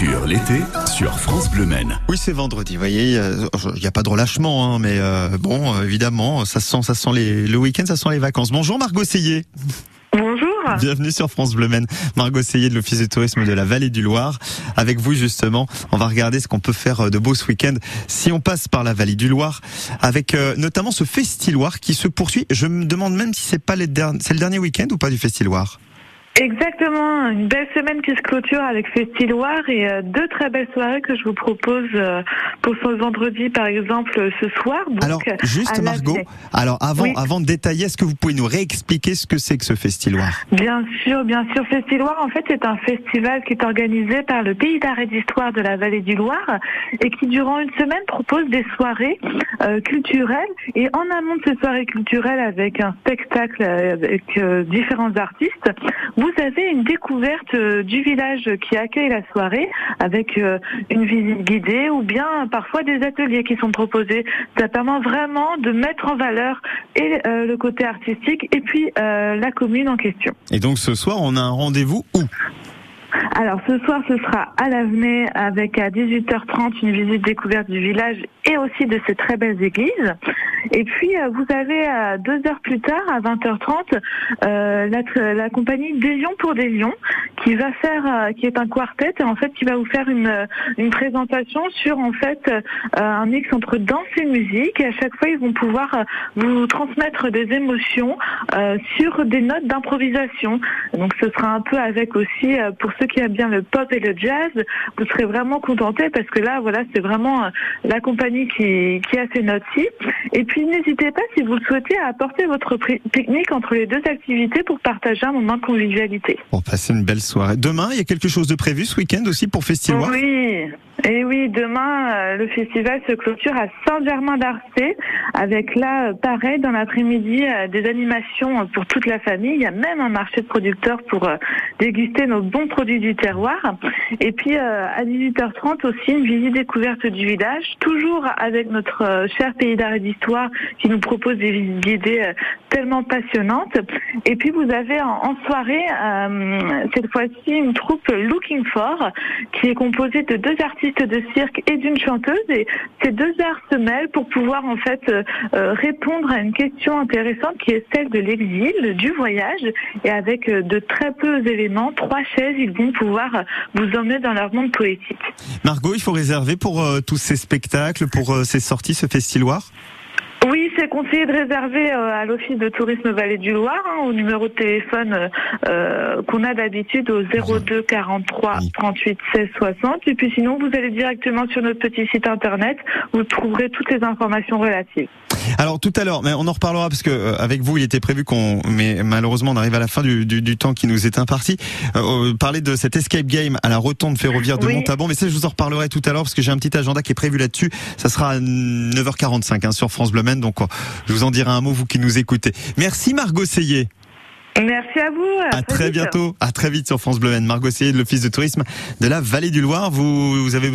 Culture l'été sur France Bleu Maine. Oui, c'est vendredi, vous voyez, il n'y a pas de relâchement, mais évidemment, ça sent le week-end, ça sent les vacances. Bonjour Margot Seillet. Bonjour. Bienvenue sur France Bleu Maine. Margot Seillet de l'Office de tourisme de la Vallée du Loir. Avec vous, justement, on va regarder ce qu'on peut faire de beau ce week-end si on passe par la Vallée du Loir, avec notamment ce Festiloir qui se poursuit. Je me demande même si c'est le dernier week-end ou pas du Festiloir. Exactement, une belle semaine qui se clôture avec Festiloir et deux très belles soirées que je vous propose pour ce vendredi par exemple ce soir. Donc, alors juste Margot, avant de détailler, est-ce que vous pouvez nous réexpliquer ce que c'est que ce Festiloir ? Bien sûr. Festiloir en fait c'est un festival qui est organisé par le Pays d'art et d'histoire de la Vallée du Loir et qui durant une semaine propose des soirées culturelles et en amont de ces soirées culturelles avec un spectacle avec différents artistes. Vous avez une découverte du village qui accueille la soirée avec une visite guidée ou bien parfois des ateliers qui sont proposés. Ça permet vraiment de mettre en valeur et le côté artistique et puis la commune en question. Et donc ce soir, on a un rendez-vous où ? Alors ce soir, ce sera à l'Avenay avec à 18h30 une visite découverte du village et aussi de ces très belles églises. Et puis vous avez 2 heures plus tard, à 20h30, la compagnie Des Lions pour des Lions qui va faire, qui est un quartet et en fait qui va vous faire une présentation sur en fait un mix entre danse et musique. Et à chaque fois, ils vont pouvoir vous transmettre des émotions sur des notes d'improvisation. Donc ce sera un peu avec aussi pour ceux qui aiment bien le pop et le jazz, vous serez vraiment contentés parce que là, voilà, c'est vraiment la compagnie qui a ces notes-ci. Et puis, n'hésitez pas, si vous le souhaitez, à apporter votre pique-nique entre les deux activités pour partager un moment de convivialité. Pour passer une belle soirée. Demain, il y a quelque chose de prévu ce week-end aussi pour Festiloir ? Oui. Et oui, demain, le festival se clôture à Saint-Germain-d'Arcé avec là, pareil, dans l'après-midi, des animations pour toute la famille. Il y a même un marché de producteurs pour déguster nos bons produits du terroir. Et puis, à 18h30 aussi, une visite découverte du village, toujours avec notre cher Pays d'art et d'histoire qui nous propose des visites guidées tellement passionnantes. Et puis, vous avez en soirée, cette fois-ci, une troupe Looking For qui est composée de 2 artistes de cirque et d'une chanteuse, et ces 2 heures se mêlent pour pouvoir en fait répondre à une question intéressante qui est celle de l'exil, du voyage, et avec de très peu d'éléments, 3 chaises, ils vont pouvoir vous emmener dans leur monde poétique. Margot, il faut réserver pour tous ces spectacles, pour ces sorties, ce Festiloir ? Oui, c'est conseillé de réserver à l'Office de tourisme Vallée du Loir, au numéro de téléphone qu'on a d'habitude au 02 43 38 16 60. Et puis sinon, vous allez directement sur notre petit site internet, vous trouverez toutes les informations relatives. Alors tout à l'heure, mais on en reparlera parce que avec vous, il était prévu mais malheureusement on arrive à la fin du temps qui nous est imparti. Parler de cet escape game à la rotonde ferroviaire de Montabon, mais ça je vous en reparlerai tout à l'heure parce que j'ai un petit agenda qui est prévu là-dessus. Ça sera à 9h45 sur France Bleu Maine, donc je vous en dirai un mot vous qui nous écoutez. Merci Margot Seillet. Merci à vous. À très bientôt. À très vite sur France Bleu Maine. Margot Seillet de l'Office de tourisme de la Vallée du Loir. Vous avez